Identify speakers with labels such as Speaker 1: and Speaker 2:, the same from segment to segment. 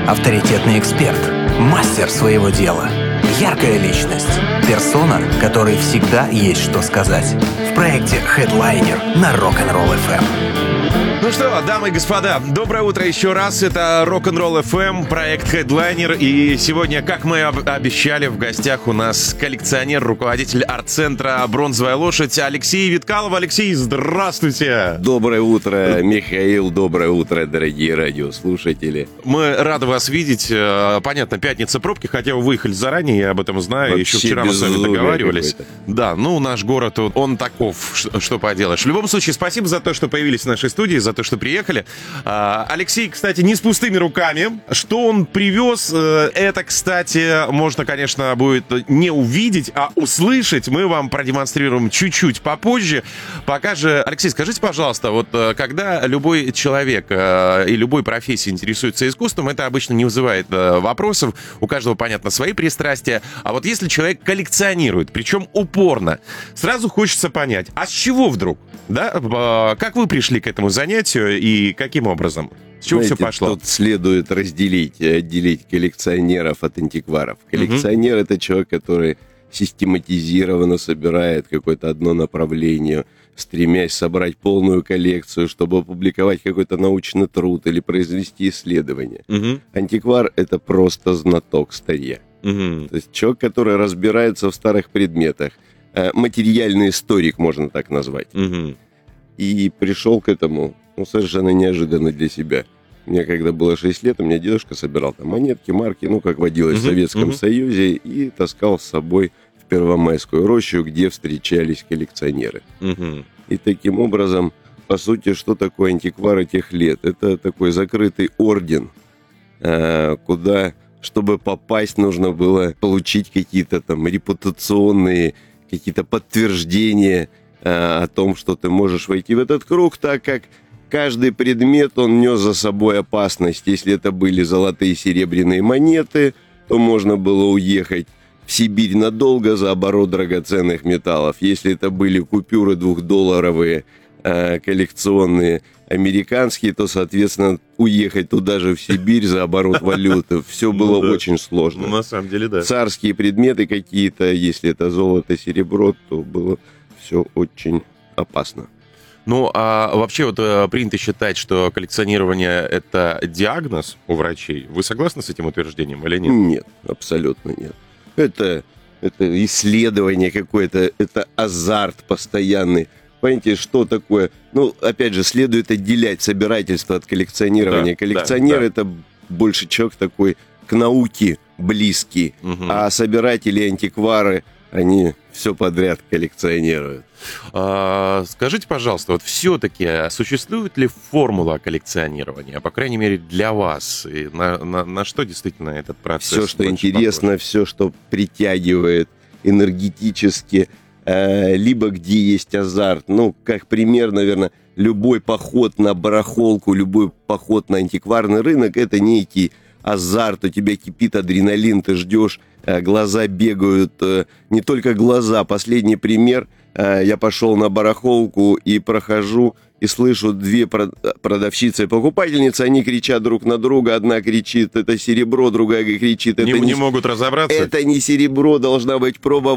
Speaker 1: Авторитетный эксперт, мастер своего дела, яркая личность, персона, которой всегда есть что сказать. В проекте Headliner на Rock'n'Roll FM.
Speaker 2: Ну что, дамы и господа, доброе утро еще раз. Это Rock'n'Roll FM, проект Headliner. И сегодня, как мы обещали, в гостях у нас коллекционер, руководитель арт-центра «Бронзовая лошадь» Алексей Виткалов. Алексей, здравствуйте!
Speaker 3: Доброе утро, Михаил. Доброе утро, дорогие радиослушатели.
Speaker 2: Мы рады вас видеть. Понятно, пятница, пробки, хотя вы выехали заранее, я об этом знаю.
Speaker 3: Вообще
Speaker 2: еще вчера мы с вами договаривались.
Speaker 3: Какой-то.
Speaker 2: Да, ну наш город, он таков, что поделаешь. В любом случае, спасибо за то, что появились в нашей студии, за то, что приехали. Алексей, кстати, не с пустыми руками. Что он привез, это, кстати, можно, конечно, будет не увидеть, а услышать. Мы вам продемонстрируем чуть-чуть попозже. Пока же, Алексей, скажите, пожалуйста, вот когда любой человек и любой профессии интересуется искусством, это обычно не вызывает вопросов. У каждого, понятно, свои пристрастия. А вот если человек коллекционирует, причем упорно, сразу хочется понять, а с чего вдруг? Да? Как вы пришли к этому занятию и каким образом? С чего все пошло?
Speaker 3: Тут следует отделить коллекционеров от антикваров. Коллекционер — это человек, который систематизированно собирает какое-то одно направление, стремясь собрать полную коллекцию, чтобы опубликовать какой-то научный труд или произвести исследование. Антиквар — это просто знаток старья. То есть человек, который разбирается в старых предметах. Материальный историк, можно так назвать. И пришел к этому совершенно неожиданно для себя. Мне когда было 6 лет, у меня дедушка собирал там монетки, марки, как водилось в Советском Союзе, и таскал с собой в Первомайскую рощу, где встречались коллекционеры. И таким образом, по сути, что такое антиквары тех лет? Это такой закрытый орден, куда, чтобы попасть, нужно было получить какие-то там репутационные, какие-то подтверждения о том, что ты можешь войти в этот круг, так как каждый предмет, он нес за собой опасность. Если это были золотые и серебряные монеты, то можно было уехать в Сибирь надолго за оборот драгоценных металлов. Если это были купюры $2 коллекционные, американские, то, соответственно, уехать туда же в Сибирь за оборот валюты. Все было очень сложно.
Speaker 2: На самом деле, да.
Speaker 3: Царские предметы какие-то, если это золото, серебро, то было все очень опасно.
Speaker 2: Ну, а вообще вот принято считать, что коллекционирование — это диагноз у врачей. Вы согласны с этим утверждением или нет?
Speaker 3: Нет, абсолютно нет. Это исследование какое-то, это азарт постоянный. Понимаете, что такое? Опять же, следует отделять собирательство от коллекционирования. Да, коллекционер — это больше человек такой к науке близкий, а собиратели, антиквары, они все подряд коллекционируют.
Speaker 2: Скажите, пожалуйста, вот все-таки существует ли формула коллекционирования, по крайней мере, для вас? И на что действительно этот процесс?
Speaker 3: Все, что интересно, похож? Все, что притягивает энергетически, либо где есть азарт. Как пример, наверное, любой поход на барахолку, любой поход на антикварный рынок — это некий азарт, у тебя кипит адреналин, ты ждешь, глаза бегают, не только глаза. Последний пример, я пошел на барахолку и прохожу, и слышу 2 продавщицы и покупательницы, они кричат друг на друга, одна кричит, это серебро, другая кричит, это
Speaker 2: не могут разобраться.
Speaker 3: Это не серебро, должна быть проба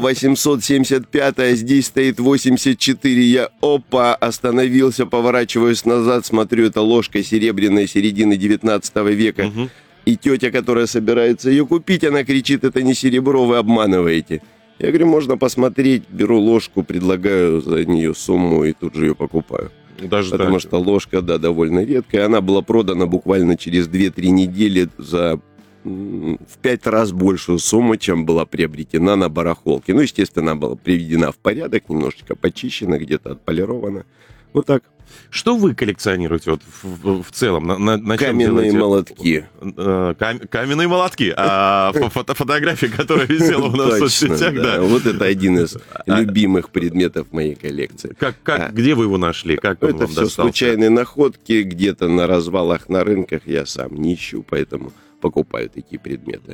Speaker 3: 875, а здесь стоит 84. Я остановился, поворачиваюсь назад, смотрю, это ложка серебряная середины 19 века. И тетя, которая собирается ее купить, она кричит, это не серебро, вы обманываете. Я говорю, можно посмотреть, беру ложку, предлагаю за нее сумму и тут же ее покупаю. Потому что ложка, довольно редкая. Она была продана буквально через 2-3 недели за в 5 раз большую сумму, чем была приобретена на барахолке. Естественно, она была приведена в порядок, немножечко почищена, где-то отполирована. Вот так.
Speaker 2: Что вы коллекционируете в целом? На
Speaker 3: каменные молотки.
Speaker 2: Каменные молотки. А фотография, которая висела у нас в соцсетях, да.
Speaker 3: Вот это один из любимых предметов моей коллекции.
Speaker 2: Где вы его нашли? Как он вам достался?
Speaker 3: Это все случайные находки, где-то на развалах, на рынках. Я сам не ищу, поэтому покупаю такие предметы.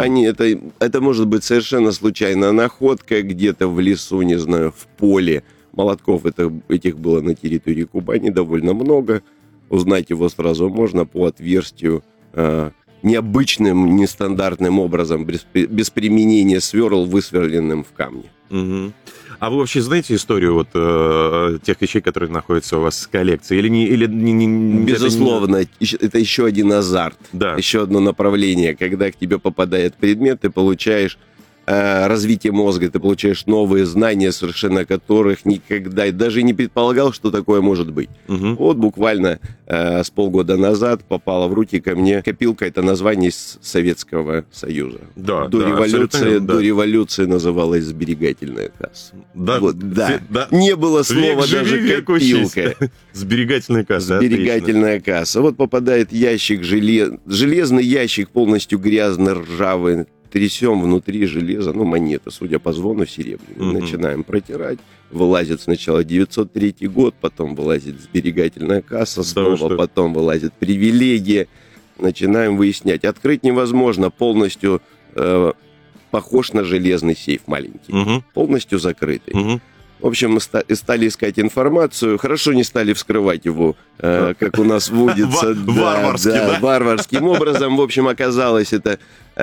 Speaker 3: Это может быть совершенно случайная находка, где-то в лесу, не знаю, в поле. Молотков этих было на территории Кубани довольно много. Узнать его сразу можно по отверстию необычным, нестандартным образом, без применения сверл, высверленным в камне.
Speaker 2: Угу. А вы вообще знаете историю вот тех вещей, которые находятся у вас в коллекции? Или не
Speaker 3: Безусловно, это еще один азарт,
Speaker 2: да.
Speaker 3: Еще одно направление. Когда к тебе попадает предмет, ты получаешь развитие мозга, ты получаешь новые знания, совершенно которых никогда даже не предполагал, что такое может быть.
Speaker 2: Угу.
Speaker 3: Вот буквально с полгода назад попала в руки ко мне копилка, это название из Советского Союза.
Speaker 2: Да,
Speaker 3: до революции называлась сберегательная касса.
Speaker 2: Да,
Speaker 3: вот, да. Не было слова даже копилка.
Speaker 2: Сберегательная касса.
Speaker 3: Сберегательная касса. Вот попадает ящик, железный ящик, полностью грязный, ржавый. Трясем внутри железа, монета, судя по звону, серебряная. Начинаем протирать. Вылазит сначала 903 год, потом вылазит сберегательная касса, снова потом вылазит привилегия. Начинаем выяснять. Открыть невозможно, полностью похож на железный сейф маленький. Полностью закрытый. В общем, мы стали искать информацию. Хорошо не стали вскрывать его, как у нас водится. Варварским образом. В общем, оказалось, это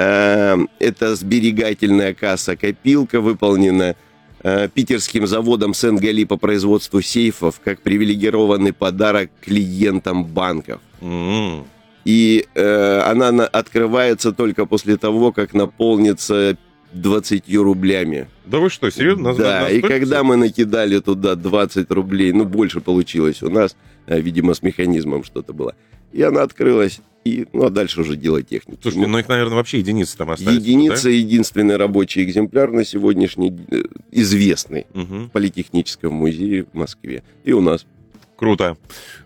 Speaker 3: сберегательная касса-копилка, выполнена питерским заводом Сен-Гали по производству сейфов как привилегированный подарок клиентам банков. И она открывается только после того, как наполнится 20 рублями.
Speaker 2: Да вы что, серьезно?
Speaker 3: Да, и когда мы накидали туда 20 рублей, больше получилось у нас, видимо, с механизмом что-то было. И она открылась, а дальше уже дело техники.
Speaker 2: Слушайте, их, наверное, вообще единицы там остались.
Speaker 3: Единица, да? Единственный рабочий экземпляр на сегодняшний известный в Политехническом музее в Москве. И у нас.
Speaker 2: Круто.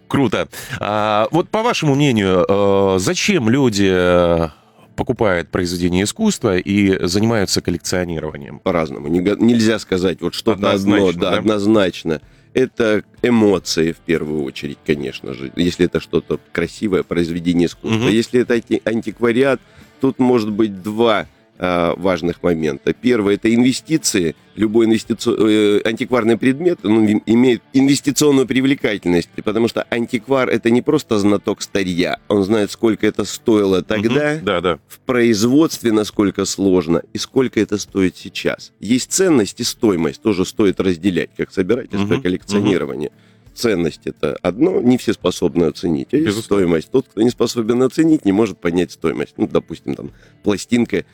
Speaker 2: Вот по вашему мнению, зачем люди покупают произведения искусства и занимаются коллекционированием?
Speaker 3: По-разному. Нельзя сказать вот что-то одно, да, однозначно. Это эмоции, в первую очередь, конечно же. Если это что-то красивое, произведение искусства. Если это антиквариат, тут может быть два важных момента. Первое – это инвестиции. Любой антикварный предмет имеет инвестиционную привлекательность, потому что антиквар – это не просто знаток старья. Он знает, сколько это стоило тогда, в производстве, насколько сложно, и сколько это стоит сейчас. Есть ценность и стоимость, тоже стоит разделять, как собирательство, коллекционирование. Ценность – это одно, не все способны оценить. А есть стоимость. Тот, кто не способен оценить, не может понять стоимость. Допустим, там пластинка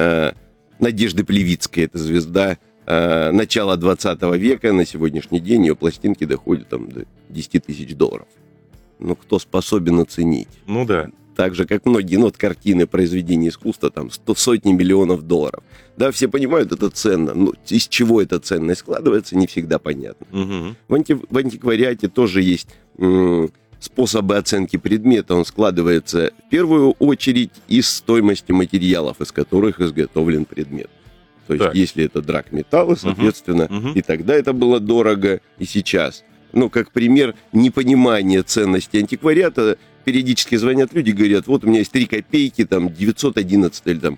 Speaker 3: Надежды Плевицкой, это звезда начала 20 века. На сегодняшний день ее пластинки доходят до $10 тысяч. Кто способен оценить?
Speaker 2: Да.
Speaker 3: Так же, как многие картины, произведения искусства, сотни миллионов долларов. Да, все понимают, это ценно. Но из чего эта ценность складывается, не всегда понятно. В антиквариате тоже есть способы оценки предмета. Он складывается в первую очередь из стоимости материалов, из которых изготовлен предмет. То есть, если это драгметаллы, соответственно, и тогда это было дорого, и сейчас. Как пример непонимания ценности антиквариата, периодически звонят люди, говорят, вот у меня есть 3 копейки, 911 или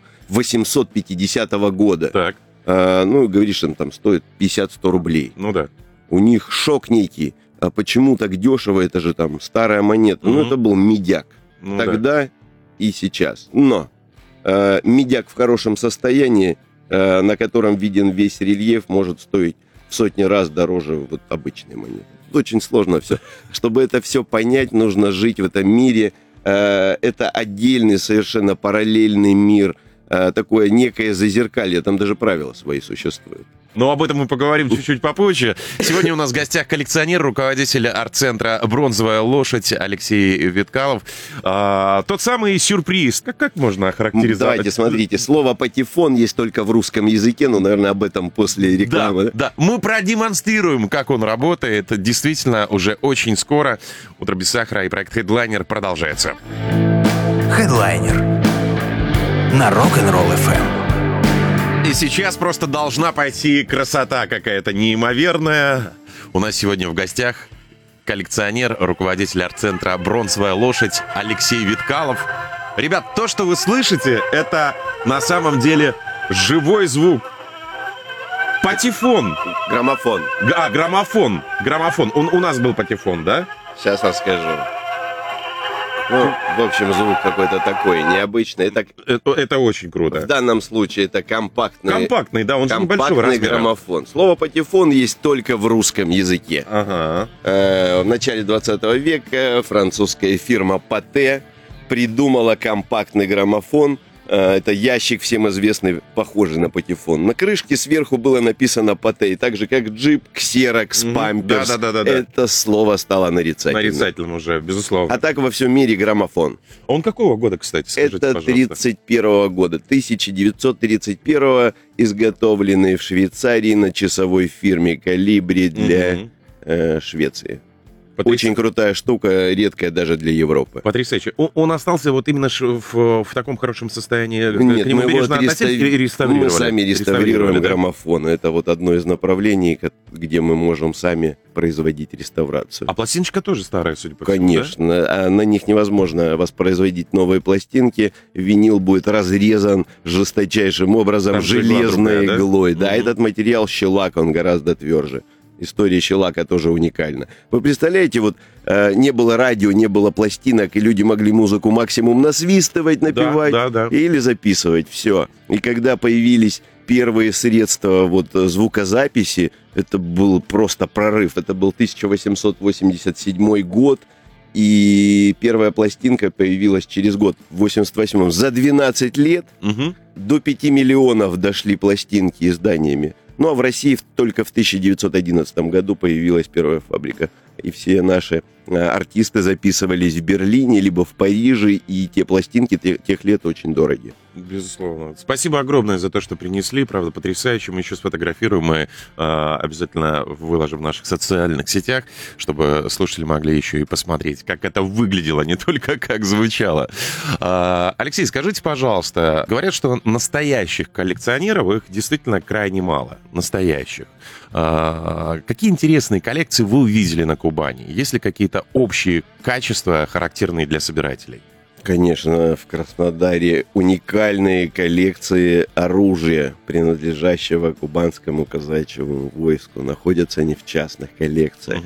Speaker 3: 850 года.
Speaker 2: Так.
Speaker 3: Говоришь, им стоит 50-100 рублей.
Speaker 2: Да.
Speaker 3: У них шок некий. А почему так дешево? Это же старая монета. Это был медяк. Тогда и сейчас. Но медяк в хорошем состоянии, на котором виден весь рельеф, может стоить в сотни раз дороже обычной монеты. Очень сложно все. Чтобы это все понять, нужно жить в этом мире. Это отдельный, совершенно параллельный мир. Такое некое зазеркалье. Там даже правила свои существуют.
Speaker 2: Об этом мы поговорим чуть-чуть попозже. Сегодня у нас в гостях коллекционер, руководитель арт-центра «Бронзовая лошадь» Алексей Виткалов. Тот самый сюрприз. Как можно охарактеризовать?
Speaker 3: Давайте, смотрите. Слово «патефон» есть только в русском языке, наверное, об этом после рекламы.
Speaker 2: Да. Мы продемонстрируем, как он работает. Действительно, уже очень скоро. «Утро без сахара» и проект Headliner продолжается.
Speaker 1: Headliner на Rock'n'Roll FM.
Speaker 2: И сейчас просто должна пойти красота какая-то неимоверная. У нас сегодня в гостях коллекционер, руководитель арт-центра «Бронзовая лошадь» Алексей Виткалов. Ребят, то, что вы слышите, это на самом деле живой звук. Патефон.
Speaker 3: Граммофон.
Speaker 2: Граммофон. У нас был патефон, да?
Speaker 3: Сейчас расскажу. Ну, в общем, звук какой-то такой необычный.
Speaker 2: Это очень круто.
Speaker 3: В данном случае это
Speaker 2: Компактный, да, он же небольшого
Speaker 3: компактный
Speaker 2: размера.
Speaker 3: граммофон. Слово «патефон» есть только в русском языке.
Speaker 2: Ага.
Speaker 3: В начале 20 века французская фирма Pathé придумала компактный граммофон. Это ящик, всем известный, похожий на патефон. На крышке сверху было написано Pathé, так же как джип, ксерокс, памперс.
Speaker 2: Да.
Speaker 3: Это слово стало нарицательным.
Speaker 2: Нарицательным уже, безусловно.
Speaker 3: А так во всем мире граммофон.
Speaker 2: Он какого года, кстати, скажите,
Speaker 3: Это
Speaker 2: пожалуйста?
Speaker 3: 31 года. 1931 изготовленный в Швейцарии на часовой фирме «Калибри» для Швеции. Очень крутая штука, редкая даже для Европы.
Speaker 2: Потрясающе. Он остался вот именно в таком хорошем состоянии?
Speaker 3: Нет,
Speaker 2: к нему
Speaker 3: мы его
Speaker 2: бережно относились или реставрировали?
Speaker 3: Мы сами реставрируем
Speaker 2: да?
Speaker 3: граммофон. Это вот одно из направлений, где мы можем сами производить реставрацию.
Speaker 2: А пластиночка тоже старая, судя по всему,
Speaker 3: Конечно.
Speaker 2: да?
Speaker 3: На них невозможно воспроизводить новые пластинки. Винил будет разрезан жесточайшим образом
Speaker 2: Там
Speaker 3: железной
Speaker 2: жила другая, да?
Speaker 3: иглой. Да, этот материал щелак, он гораздо тверже. История щелака тоже уникальна. Вы представляете, вот не было радио, не было пластинок, и люди могли музыку максимум насвистывать, напевать
Speaker 2: да.
Speaker 3: или записывать. Все. И когда появились первые средства вот, звукозаписи, это был просто прорыв. Это был 1887 год, и первая пластинка появилась через год, в 88-м. За 12 лет до 5 миллионов дошли пластинки изданиями. Ну, а в России только в 1911 году появилась первая фабрика. И все наши артисты записывались в Берлине, либо в Париже, и те пластинки тех лет очень дороги.
Speaker 2: Безусловно. Спасибо огромное за то, что принесли. Правда, потрясающе. Мы еще сфотографируем и обязательно выложим в наших социальных сетях, чтобы слушатели могли еще и посмотреть, как это выглядело, не только как звучало. Алексей, скажите, пожалуйста, говорят, что настоящих коллекционеров, их действительно крайне мало. Настоящих. Какие интересные коллекции вы увидели на Кубани? Есть ли какие-то общие качества, характерные для собирателей?
Speaker 3: Конечно, в Краснодаре уникальные коллекции оружия, принадлежащего кубанскому казачьему войску. Находятся они в частных коллекциях.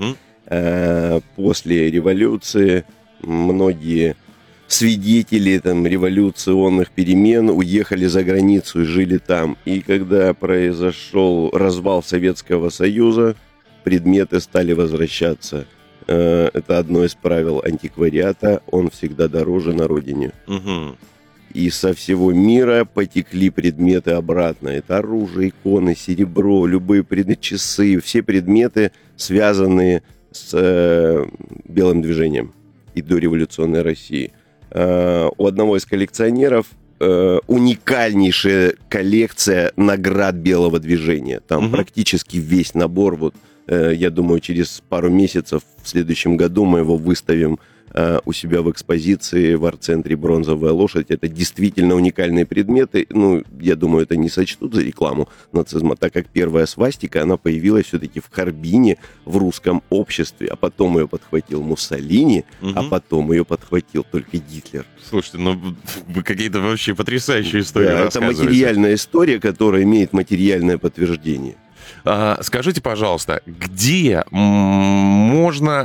Speaker 3: После революции многие свидетели там, революционных перемен уехали за границу и жили там. И когда произошел развал Советского Союза, предметы стали возвращаться. Это одно из правил антиквариата. Он всегда дороже на родине. И со всего мира потекли предметы обратно. Это оружие, иконы, серебро, любые предметы, часы. Все предметы, связанные с белым движением и дореволюционной России. У одного из коллекционеров уникальнейшая коллекция наград белого движения. Там практически весь набор. Вот, я думаю, через пару месяцев в следующем году мы его выставим у себя в экспозиции в арт-центре «Бронзовая лошадь». Это действительно уникальные предметы. Ну, я думаю, это не сочтут за рекламу нацизма, так как первая свастика, она появилась все-таки в Харбине, в русском обществе, а потом ее подхватил Муссолини, а потом ее подхватил только Гитлер.
Speaker 2: Слушайте, ну вы какие-то вообще потрясающие истории
Speaker 3: рассказываете. Это материальная история, которая имеет материальное подтверждение.
Speaker 2: Скажите, пожалуйста, где можно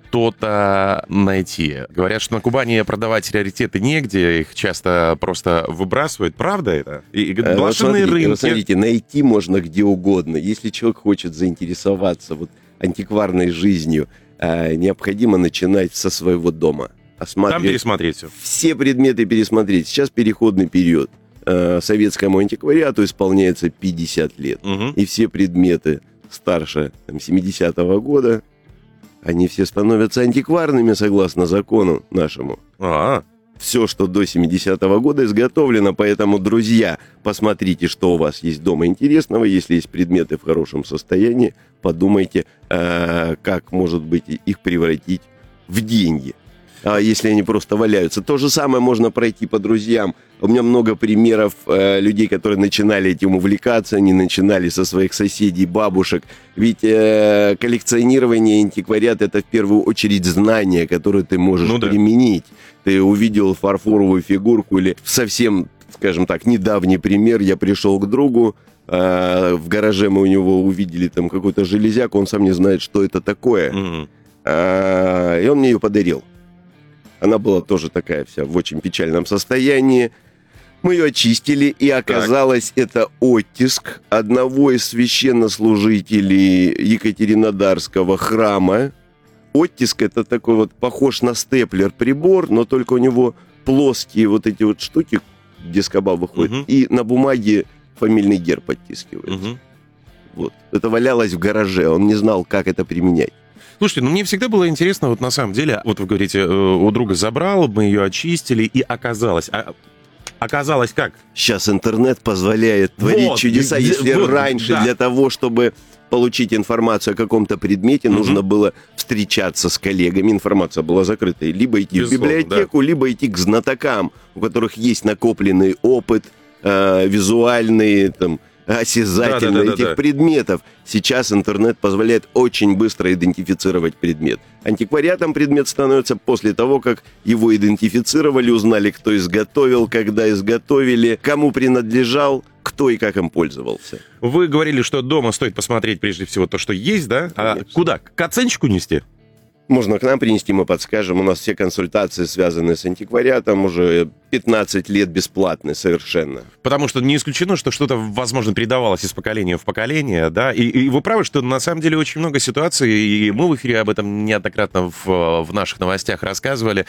Speaker 2: что-то найти? Говорят, что на Кубани продавать раритеты негде, их часто просто выбрасывают. Правда это? И блошиные рынки.
Speaker 3: Смотрите, найти можно где угодно. Если человек хочет заинтересоваться вот антикварной жизнью, необходимо начинать со своего дома.
Speaker 2: Там пересмотреть все.
Speaker 3: Все предметы пересмотреть. Сейчас переходный период. Советскому антиквариату исполняется 50 лет. И все предметы старше 70-го года, они все становятся антикварными согласно закону нашему. Все, что до 70-го года изготовлено, поэтому, друзья, посмотрите, что у вас есть дома интересного. Если есть предметы в хорошем состоянии, подумайте, как, может быть, их превратить в деньги. Если они просто валяются. То же самое можно пройти по друзьям. У меня много примеров людей, которые начинали этим увлекаться, они начинали со своих соседей, бабушек. Ведь коллекционирование антиквариат — это в первую очередь знания, которые ты можешь применить. Ты увидел фарфоровую фигурку или совсем, скажем так, недавний пример. Я пришел к другу, в гараже мы у него увидели там какой-то железяк, он сам не знает, что это такое. И он мне ее подарил. Она была тоже такая вся в очень печальном состоянии. Мы ее очистили, и оказалось, это оттиск одного из священнослужителей Екатеринодарского храма. Оттиск — это такой вот похож на степлер прибор, но только у него плоские вот эти вот штуки, где скоба выходит, и на бумаге фамильный герб оттискивается. Вот. Это валялось в гараже, он не знал, как это применять.
Speaker 2: Слушайте, ну мне всегда было интересно, вот на самом деле, вот вы говорите, у друга забрал, мы ее очистили, и оказалось... Оказалось как?
Speaker 3: Сейчас интернет позволяет творить чудеса. Если раньше для того, чтобы получить информацию о каком-то предмете, нужно было встречаться с коллегами, информация была закрыта, либо идти в библиотеку, либо идти к знатокам, у которых есть накопленный опыт, визуальный, там, осязательный этих предметов. Сейчас интернет позволяет очень быстро идентифицировать предмет. Антиквариатом предмет становится после того, как его идентифицировали, узнали, кто изготовил, когда изготовили, кому принадлежал, кто и как им пользовался.
Speaker 2: Вы говорили, что дома стоит посмотреть прежде всего то, что есть, да? А куда? К оценщику нести?
Speaker 3: Можно к нам принести, мы подскажем. У нас все консультации связаны с антиквариатом. Уже 15 лет бесплатны совершенно.
Speaker 2: Потому что не исключено, что что-то, возможно, передавалось из поколения в поколение, да? И вы правы, что на самом деле очень много ситуаций, и мы в эфире об этом неоднократно в наших новостях рассказывали,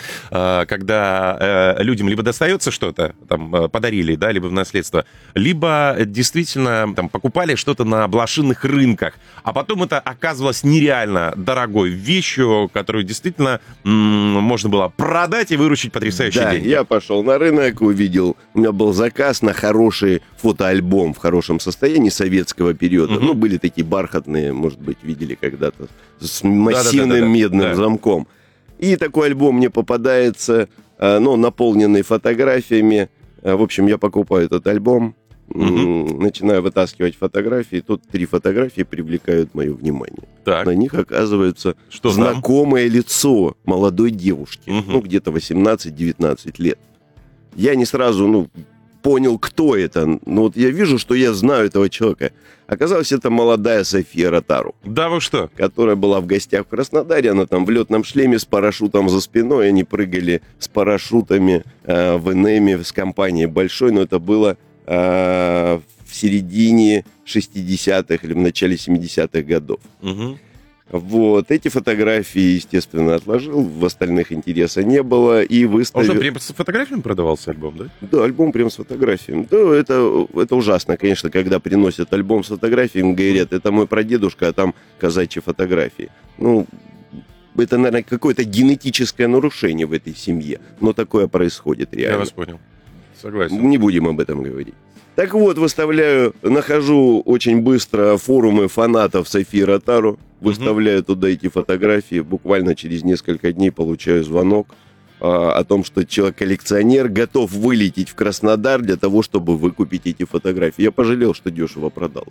Speaker 2: когда людям либо достается что-то, там, подарили, да, либо в наследство, либо действительно там покупали что-то на блошиных рынках, а потом это оказывалось нереально дорогой вещью, которую действительно можно было продать и выручить потрясающие деньги.
Speaker 3: Я пошел на рынок, увидел, у меня был заказ на хороший фотоальбом в хорошем состоянии советского периода. Ну, были такие бархатные, может быть, видели когда-то, с массивным медным замком. И такой альбом мне попадается, наполненный фотографиями. В общем, я покупаю этот альбом, начинаю вытаскивать фотографии. Тут 3 фотографии привлекают мое внимание.
Speaker 2: Так.
Speaker 3: На них оказывается знакомое лицо молодой девушки, где-то 18-19 лет. Я не сразу, понял, кто это. Но вот я вижу, что я знаю этого человека. Оказалось, это молодая София Ротару.
Speaker 2: Да вы что?
Speaker 3: Которая была в гостях в Краснодаре. Она там в летном шлеме с парашютом за спиной. Они прыгали с парашютами в Энеме с компанией большой. Но это было в середине 60-х или в начале 70-х годов. Вот. Эти фотографии, естественно, отложил. В остальных интереса не было. И выставил...
Speaker 2: Он что, прям с фотографиями продавался альбом, да?
Speaker 3: Да, альбом прям с фотографиями. Да, это ужасно, конечно, когда приносят альбом с фотографиями, говорят, это мой прадедушка, а там казачьи фотографии. Это, наверное, какое-то генетическое нарушение в этой семье. Но такое происходит реально.
Speaker 2: Я вас понял. Согласен.
Speaker 3: Не будем об этом говорить. Так вот, нахожу очень быстро форумы фанатов Софии Ротару, выставляю туда эти фотографии, буквально через несколько дней получаю звонок о том, что человек-коллекционер готов вылететь в Краснодар для того, чтобы выкупить эти фотографии. Я пожалел, что дешево продал.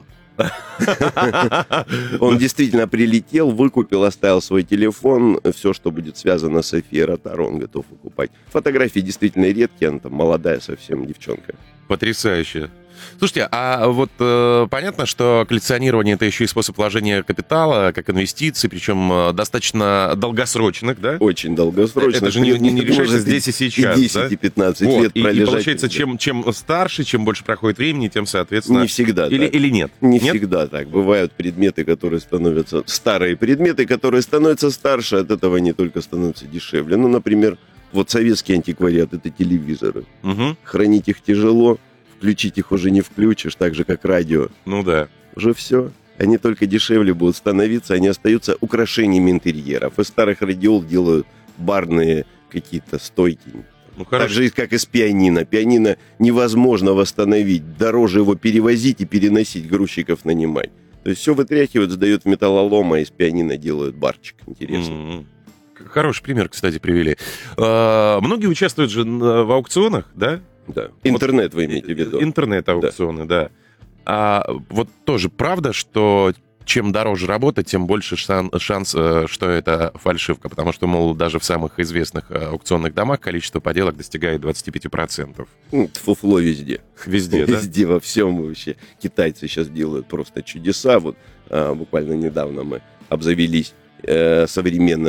Speaker 3: Он действительно прилетел, выкупил, оставил свой телефон, все, что будет связано с Софией Ротару, он готов выкупать. Фотографии действительно редкие, она там молодая совсем девчонка.
Speaker 2: Потрясающе. Слушайте, а вот понятно, что коллекционирование — это еще и способ вложения капитала, как инвестиций, причем достаточно долгосрочных, да?
Speaker 3: Очень долгосрочных.
Speaker 2: Это же не решается здесь и сейчас,
Speaker 3: 10 и 15 лет пролежать.
Speaker 2: И получается, чем старше, чем больше проходит времени, тем, соответственно...
Speaker 3: Не всегда
Speaker 2: или нет?
Speaker 3: Не всегда так. Бывают предметы, которые становятся... Старые предметы, которые становятся старше, от этого они только становятся дешевле. Например, вот советский антиквариат — это телевизоры. Хранить их тяжело. Включить их уже не включишь, так же, как радио.
Speaker 2: Ну да.
Speaker 3: Уже все. Они только дешевле будут становиться, они остаются украшениями интерьеров. Из старых радиол делают барные какие-то стойки. Так же, как и с пианино. Пианино невозможно восстановить. Дороже его перевозить и переносить, грузчиков нанимать. То есть все вытряхивают, сдают в металлолом, а из пианино делают барчик. Интересно.
Speaker 2: Хороший пример, кстати, привели. Многие участвуют же в аукционах, да?
Speaker 3: Да. Интернет вы имеете в виду?
Speaker 2: Интернет-аукционы, да. А вот тоже правда, что чем дороже работа, тем больше шанс, что это фальшивка, потому что, мол, даже в самых известных аукционных домах количество поделок достигает 25%.
Speaker 3: Фуфло везде.
Speaker 2: Везде, да?
Speaker 3: Везде, во всем вообще. Китайцы сейчас делают просто чудеса. Вот буквально недавно мы обзавелись современным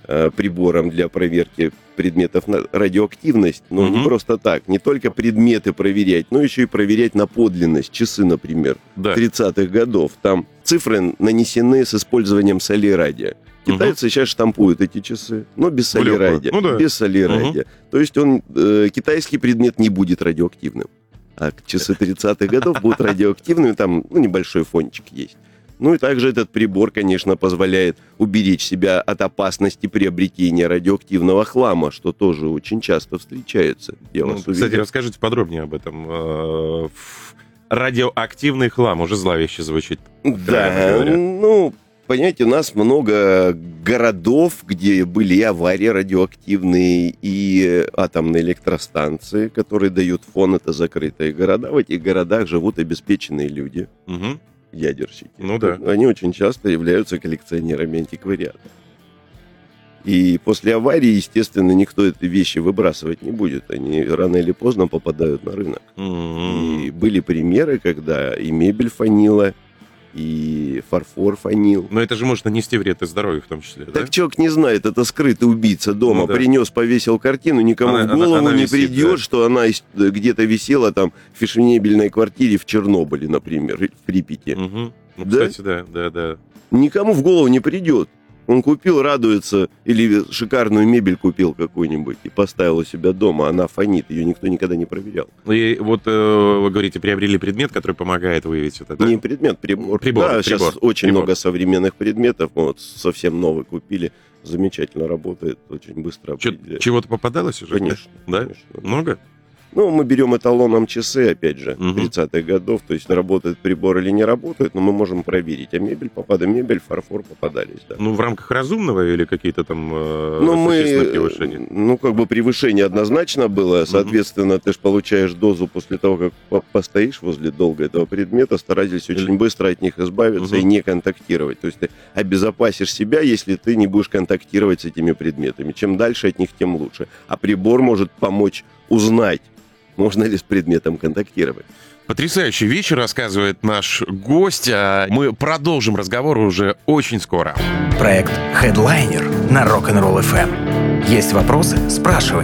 Speaker 3: прибором для проверки предметов на радиоактивность, но не просто так. Не только предметы проверять, но еще и проверять на подлинность. Часы, например, 30-х годов. Там цифры нанесены с использованием солей радия. Китайцы сейчас штампуют эти часы, но без солей радия. Без солей радия. То есть китайский предмет не будет радиоактивным. А часы 30-х годов будут радиоактивными, там небольшой фончик есть. Ну и также этот прибор, конечно, позволяет уберечь себя от приобретения радиоактивного хлама, что тоже очень часто встречается.
Speaker 2: Кстати, расскажите подробнее об этом. Радиоактивный хлам уже зловеще звучит.
Speaker 3: Да, понимаете, у нас много городов, где были и аварии радиоактивные, и атомные электростанции, которые дают фон, это закрытые города. В этих городах живут обеспеченные люди. Ядерщики. Они очень часто являются коллекционерами антиквариата. И после аварии, естественно, никто эти вещи выбрасывать не будет. Они рано или поздно попадают на рынок. И были примеры, когда и мебель фонила, и фарфор фонил.
Speaker 2: Но это же может нанести вред и здоровью в том числе, да?
Speaker 3: Так человек не знает, это скрытый убийца дома. Принес, повесил картину, никому в голову не придет, что она где-то висела там в фешенебельной квартире в Чернобыле, например, в Припяти.
Speaker 2: Кстати, да.
Speaker 3: Никому в голову не придет. Он купил, радуется, или шикарную мебель купил какую-нибудь и поставил у себя дома, она фонит, ее никто никогда не проверял.
Speaker 2: И вот вы говорите, приобрели предмет, который помогает выявить это, да?
Speaker 3: Не предмет, прибор. Сейчас очень много современных предметов, совсем новый купили, замечательно работает, очень быстро определяет.
Speaker 2: Чего-то попадалось уже?
Speaker 3: Конечно.
Speaker 2: Да?
Speaker 3: Конечно.
Speaker 2: Много?
Speaker 3: Мы берем эталоном часы, опять же, 30-х годов, то есть работает прибор или не работает, но мы можем проверить. А мебель, фарфор попадались, да.
Speaker 2: В рамках разумного или какие-то там существенные превышения?
Speaker 3: Превышение однозначно было, соответственно, ты же получаешь дозу после того, как постоишь возле долго этого предмета, старайтесь очень быстро от них избавиться и не контактировать. То есть ты обезопасишь себя, если ты не будешь контактировать с этими предметами. Чем дальше от них, тем лучше. А прибор может помочь узнать, можно ли с предметом контактировать.
Speaker 2: Потрясающий вечер, рассказывает наш гость. Мы продолжим разговор уже очень скоро.
Speaker 1: Проект Headliner на Rock'n'Roll FM. Есть вопросы? Спрашивай.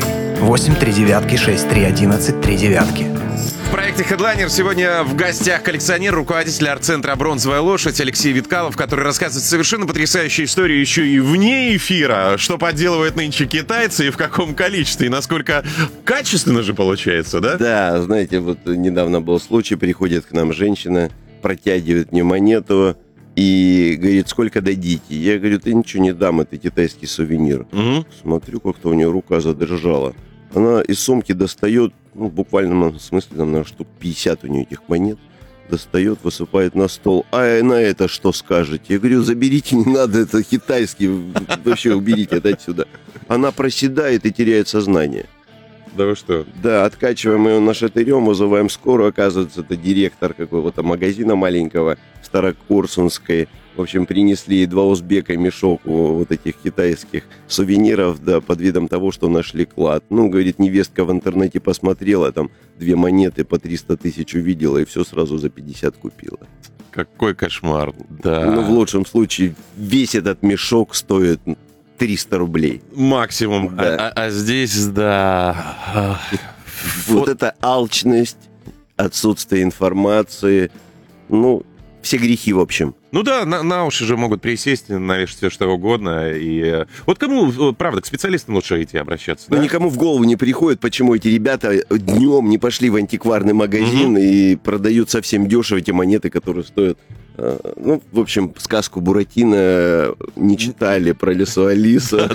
Speaker 1: 839-6311-39.
Speaker 2: В проекте Headliner сегодня в гостях коллекционер, руководитель арт-центра «Бронзовая лошадь» Алексей Виткалов, который рассказывает совершенно потрясающую историю еще и вне эфира, что подделывают нынче китайцы и в каком количестве, и насколько качественно же получается, да?
Speaker 3: Да, знаете, недавно был случай, приходит к нам женщина, протягивает мне монету и говорит, сколько дадите? Я говорю, ты ничего не дам, это китайский сувенир. Смотрю, как-то у нее рука задрожала. Она из сумки достает, в буквальном смысле, там, штук 50 у нее этих монет, достает, высыпает на стол. А на это что скажете? Я говорю, заберите, не надо, это китайский, вообще уберите это отсюда. Она проседает и теряет сознание.
Speaker 2: Да вы что?
Speaker 3: Да, откачиваем ее на шатырем, вызываем скорую, оказывается, это директор какого-то магазина маленького в Старокурсунской. В общем, принесли ей 2 узбека мешок вот этих китайских сувениров, да, под видом того, что нашли клад. Говорит, невестка в интернете посмотрела, там 2 монеты по 300 тысяч увидела, и все сразу за 50 купила.
Speaker 2: Какой кошмар, да.
Speaker 3: В лучшем случае весь этот мешок стоит 300 рублей.
Speaker 2: Максимум. Да. А здесь, да.
Speaker 3: Вот это алчность, отсутствие информации, все грехи, в общем.
Speaker 2: На уши же могут присесть, навешать все что угодно. И вот кому, правда, к специалистам лучше идти обращаться, да?
Speaker 3: Никому в голову не приходит, почему эти ребята днем не пошли в антикварный магазин и продают совсем дешево эти монеты, которые стоят... в общем, сказку Буратино не читали про Лису Алису.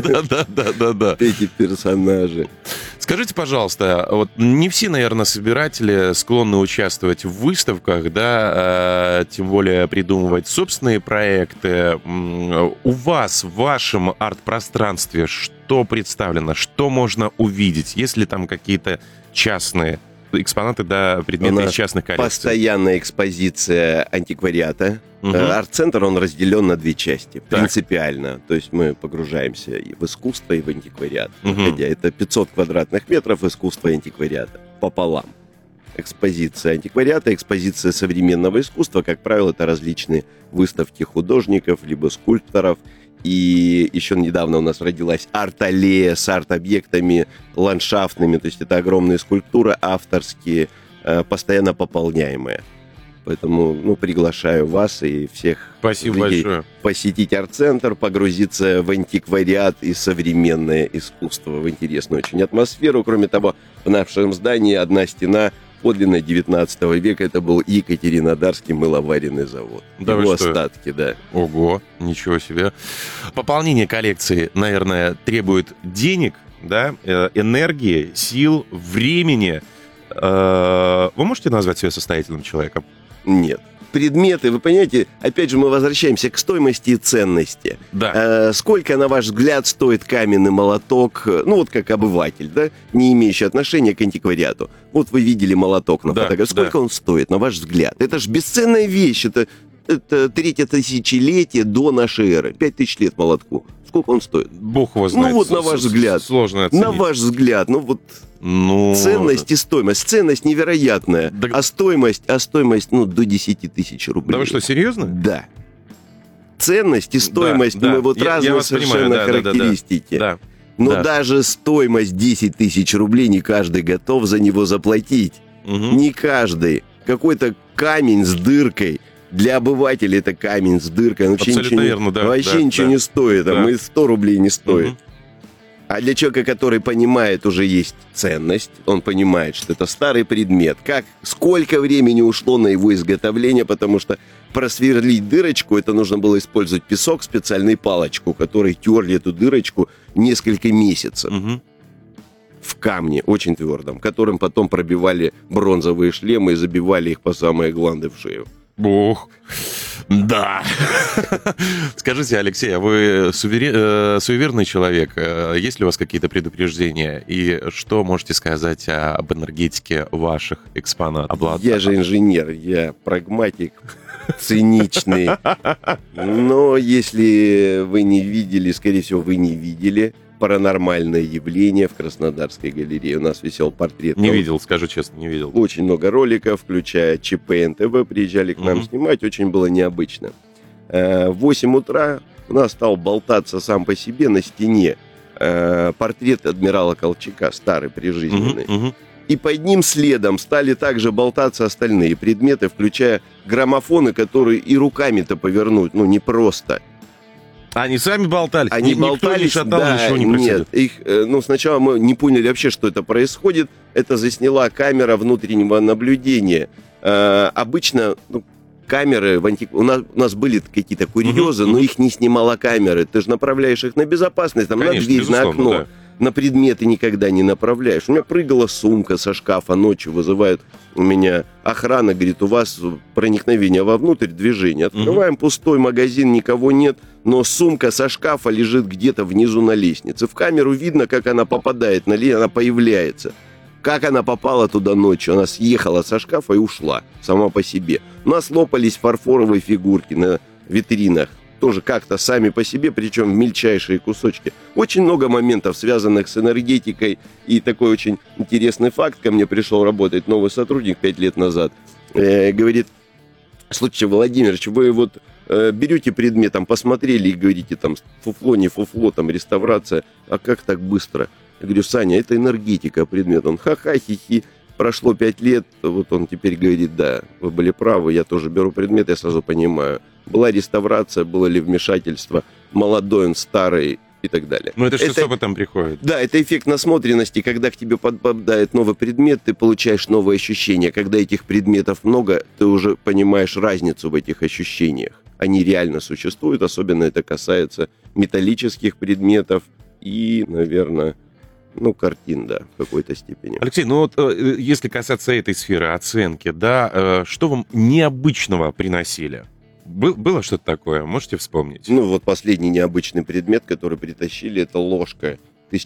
Speaker 2: Да.
Speaker 3: Эти персонажи.
Speaker 2: Скажите, пожалуйста, вот не все, наверное, собиратели склонны участвовать в выставках, да, тем более придумывать собственные проекты. У вас, в вашем арт-пространстве, что представлено, что можно увидеть? Есть ли там какие-то частные экспонаты, да, предметы из частных коллекций?
Speaker 3: Постоянная экспозиция антиквариата. Арт-центр, он разделен на 2 части, принципиально. То есть мы погружаемся и в искусство, и в антиквариат. Хотя это 500 квадратных метров искусства и антиквариата пополам. Экспозиция антиквариата, экспозиция современного искусства, как правило, это различные выставки художников, либо скульпторов. И еще недавно у нас родилась арт-аллея с арт-объектами ландшафтными. То есть это огромные скульптуры авторские, постоянно пополняемые. Поэтому, приглашаю вас и всех
Speaker 2: Спасибо большое.
Speaker 3: посетить арт-центр, погрузиться в антиквариат и современное искусство, в интересную очень атмосферу. Кроме того, в нашем здании одна стена подлинно 19 века. Это был Екатеринодарский мыловаренный завод.
Speaker 2: Да
Speaker 3: его
Speaker 2: вы что?
Speaker 3: остатки, да.
Speaker 2: Ого, ничего себе. Пополнение коллекции, наверное, требует денег, да, энергии, сил, времени. Вы можете назвать себя состоятельным человеком?
Speaker 3: Нет. Предметы, вы понимаете, опять же мы возвращаемся к стоимости и ценности.
Speaker 2: Да.
Speaker 3: Сколько, на ваш взгляд, стоит каменный молоток, как обыватель, да, не имеющий отношения к антиквариату? Вот вы видели молоток на фотографии. Сколько он стоит, на ваш взгляд? Это же бесценная вещь, это третье тысячелетие до нашей эры. 5000 лет молотку. Сколько он стоит?
Speaker 2: Бог его знает.
Speaker 3: На ваш взгляд.
Speaker 2: Сложно оценить.
Speaker 3: На ваш взгляд, ценность и стоимость. Ценность невероятная,
Speaker 2: Да...
Speaker 3: а стоимость, до 10 тысяч рублей.
Speaker 2: Да вы что, серьезно?
Speaker 3: Да. Ценность и стоимость, разные совершенно характеристики.
Speaker 2: Да.
Speaker 3: Но даже стоимость 10 тысяч рублей не каждый готов за него заплатить.
Speaker 2: Угу.
Speaker 3: Не каждый. Какой-то камень с дыркой. Для обывателя это камень с дыркой.
Speaker 2: Абсолютно верно, да.
Speaker 3: Вообще ничего не стоит.
Speaker 2: Да.
Speaker 3: И 100 рублей не стоит.
Speaker 2: Угу.
Speaker 3: А для человека, который понимает, уже есть ценность, он понимает, что это старый предмет. Сколько времени ушло на его изготовление, потому что просверлить дырочку, это нужно было использовать песок, специальную палочку, которой терли эту дырочку несколько месяцев.
Speaker 2: Угу.
Speaker 3: В камне, очень твердом, которым потом пробивали бронзовые шлемы и забивали их по самые гланды в шею.
Speaker 2: Бог. Да. Скажите, Алексей, а вы суеверный человек? Есть ли у вас какие-то предупреждения? И что можете сказать об энергетике ваших экспонатов?
Speaker 3: Я же инженер, я прагматик, циничный. Но если вы не видели, скорее всего, вы не видели паранормальное явление в Краснодарской галерее. У нас висел портрет.
Speaker 2: Не видел, скажу честно, не видел.
Speaker 3: Очень много роликов, включая ЧП НТВ, приезжали к нам снимать. Очень было необычно. В 8 утра у нас стал болтаться сам по себе на стене портрет адмирала Колчака, старый, прижизненный. И под ним следом стали также болтаться остальные предметы, включая граммофоны, которые и руками-то повернуть, непросто.
Speaker 2: Они сами болтались?
Speaker 3: Они болтались,
Speaker 2: не шатал, ничего не происходит?
Speaker 3: Нет, сначала мы не поняли вообще, что это происходит. Это засняла камера внутреннего наблюдения. Обычно камеры у нас были какие-то курьезы, но их не снимала камера. Ты же направляешь их на безопасность, на дверь, на окно. Да. На предметы никогда не направляешь. У меня прыгала сумка со шкафа ночью, вызывает у меня охрана, говорит, у вас проникновение вовнутрь, движение. Открываем пустой магазин, никого нет, но сумка со шкафа лежит где-то внизу на лестнице. В камеру видно, как она попадает на лестницу, она появляется. Как она попала туда ночью? Она съехала со шкафа и ушла сама по себе. У нас лопались фарфоровые фигурки на витринах. Тоже как-то сами по себе, причем в мельчайшие кусочки. Очень много моментов, связанных с энергетикой. И такой очень интересный факт. Ко мне пришел работать новый сотрудник 5 лет назад. Говорит, слушайте, Владимирович, вы берете предмет, посмотрели и говорите, фуфло, не фуфло, реставрация. А как так быстро? Я говорю, Саня, это энергетика предмет. Он ха-ха, хи-хи. Прошло 5 лет, он теперь говорит, да, вы были правы, я тоже беру предмет, я сразу понимаю. Была реставрация, было ли вмешательство, молодой он, старый и так далее.
Speaker 2: Ну это что с опытом приходит?
Speaker 3: Да, это эффект насмотренности, когда к тебе попадает новый предмет, ты получаешь новые ощущения. Когда этих предметов много, ты уже понимаешь разницу в этих ощущениях. Они реально существуют, особенно это касается металлических предметов и, наверное... картин, да, в какой-то степени.
Speaker 2: Алексей, если касаться этой сферы оценки, да, что вам необычного приносили? Было что-то такое? Можете вспомнить?
Speaker 3: Последний необычный предмет, который притащили, это ложка.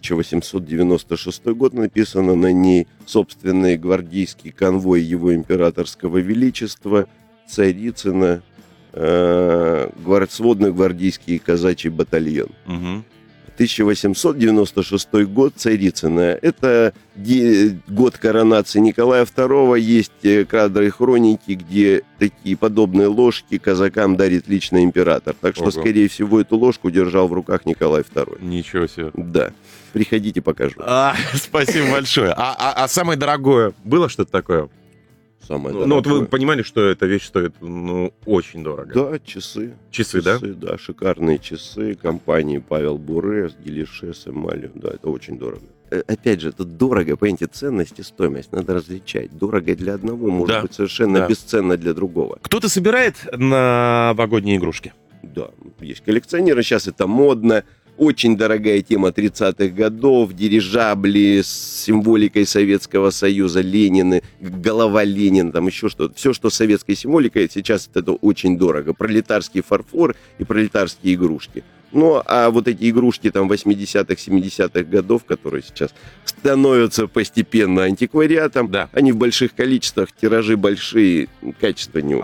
Speaker 3: 1896 год написано на ней. Собственный гвардейский конвой его императорского величества, Царицына, сводный гвардейский казачий батальон.
Speaker 2: Угу.
Speaker 3: 1896 год, Царицына. Это год коронации Николая II. Есть кадры и хроники, где такие подобные ложки казакам дарит лично император. Так что, скорее всего, эту ложку держал в руках Николай II.
Speaker 2: Ничего себе.
Speaker 3: Да. Приходите, покажу.
Speaker 2: Спасибо большое. А самое дорогое было что-то такое?
Speaker 3: Самое
Speaker 2: Ну, вот вы понимали, что эта вещь стоит, очень дорого.
Speaker 3: Да, часы.
Speaker 2: Часы, да?
Speaker 3: Да, шикарные часы компании Павел Буре, Гелише, с эмалью. Да, это очень дорого. Опять же, тут дорого, понимаете, ценность и стоимость надо различать. Дорого для одного может быть совершенно бесценно для другого.
Speaker 2: Кто-то собирает новогодние игрушки?
Speaker 3: Да, есть коллекционеры, сейчас это модно. Очень дорогая тема 30-х годов, дирижабли с символикой Советского Союза, Ленины, голова Ленина, там еще что-то. Все, что с советской символикой, сейчас это очень дорого. Пролетарский фарфор и пролетарские игрушки. Ну, а вот эти игрушки там 80-х, 70-х годов, которые сейчас становятся постепенно антиквариатом, они в больших количествах, тиражи большие, качество не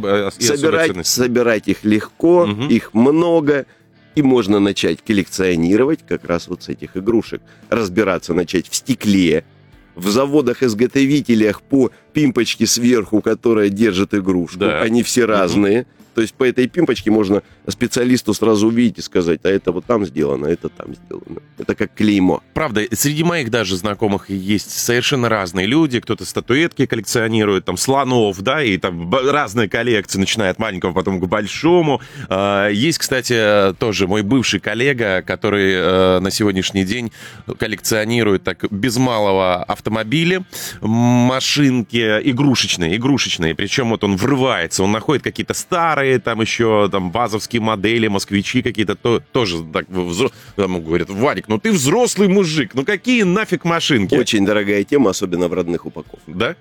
Speaker 3: очень. Собирать их легко, их много. И можно начать коллекционировать как раз вот с этих игрушек. Разбираться начать в стекле, в заводах-изготовителях по пимпочке сверху, которая держит игрушку. Да. Они все разные. То есть по этой пимпочке можно специалисту сразу увидеть и сказать, а это вот там сделано, а это там сделано. Это как клеймо.
Speaker 2: Правда, среди моих даже знакомых есть совершенно разные люди. Кто-то статуэтки коллекционирует, там, слонов, да, и там разные коллекции, начиная от маленького, потом к большому. Есть, кстати, тоже мой бывший коллега, который на сегодняшний день коллекционирует так без малого автомобили, машинки игрушечные. Причем вот он врывается, он находит какие-то старые, там еще там базовские модели, москвичи какие-то, тоже так там говорят, Вадик, ну ты взрослый мужик, ну какие нафиг машинки?
Speaker 3: Очень дорогая тема, особенно в родных упаковках.
Speaker 2: Да?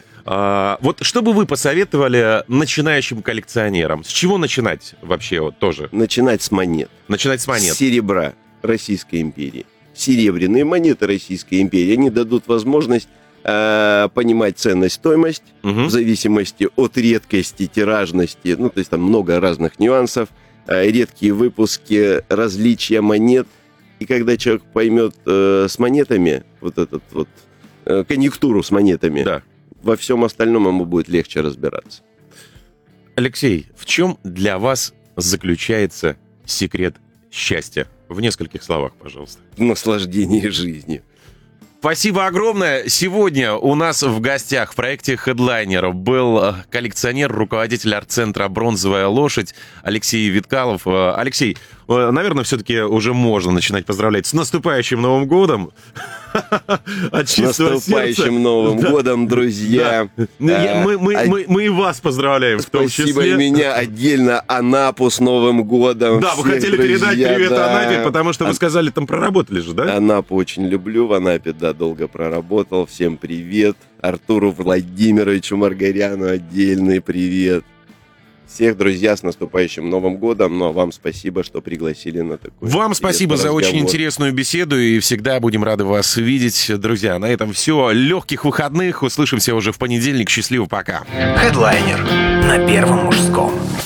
Speaker 3: Да.
Speaker 2: Вот что бы вы посоветовали начинающим коллекционерам? С чего начинать вообще вот тоже?
Speaker 3: Начинать с монет.
Speaker 2: С
Speaker 3: серебра Российской империи. Серебряные монеты Российской империи, они дадут возможность понимать ценность, стоимость в зависимости от редкости, тиражности. Ну, то есть там много разных нюансов, редкие выпуски, различия монет. И когда человек поймет с монетами, вот этот вот конъюнктуру с монетами, во всем остальном ему будет легче разбираться.
Speaker 2: Алексей, в чем для вас заключается секрет счастья? В нескольких словах, пожалуйста.
Speaker 3: В наслаждении жизнью.
Speaker 2: Спасибо огромное. Сегодня у нас в гостях в проекте Headliner был коллекционер, руководитель арт-центра «Бронзовая лошадь» Алексей Виткалов. Алексей, наверное, все-таки уже можно начинать поздравлять с наступающим Новым годом.
Speaker 3: С наступающим Новым годом, друзья.
Speaker 2: Мы и вас поздравляем в том числе.
Speaker 3: Спасибо меня отдельно Анапу с Новым годом.
Speaker 2: Да, вы хотели передать привет Анапе, потому что вы сказали, там проработали же, да?
Speaker 3: Анапу очень люблю, в Анапе, да, долго проработал. Всем привет. Артуру Владимировичу Маргаряну отдельный привет. Всех, друзья, с наступающим Новым годом. Ну, а вам спасибо, что пригласили на такой...
Speaker 2: Вам спасибо за очень интересную беседу, и всегда будем рады вас видеть. Друзья, на этом все. Легких выходных. Услышимся уже в понедельник. Счастливо, пока.
Speaker 1: Headliner на Первом мужском.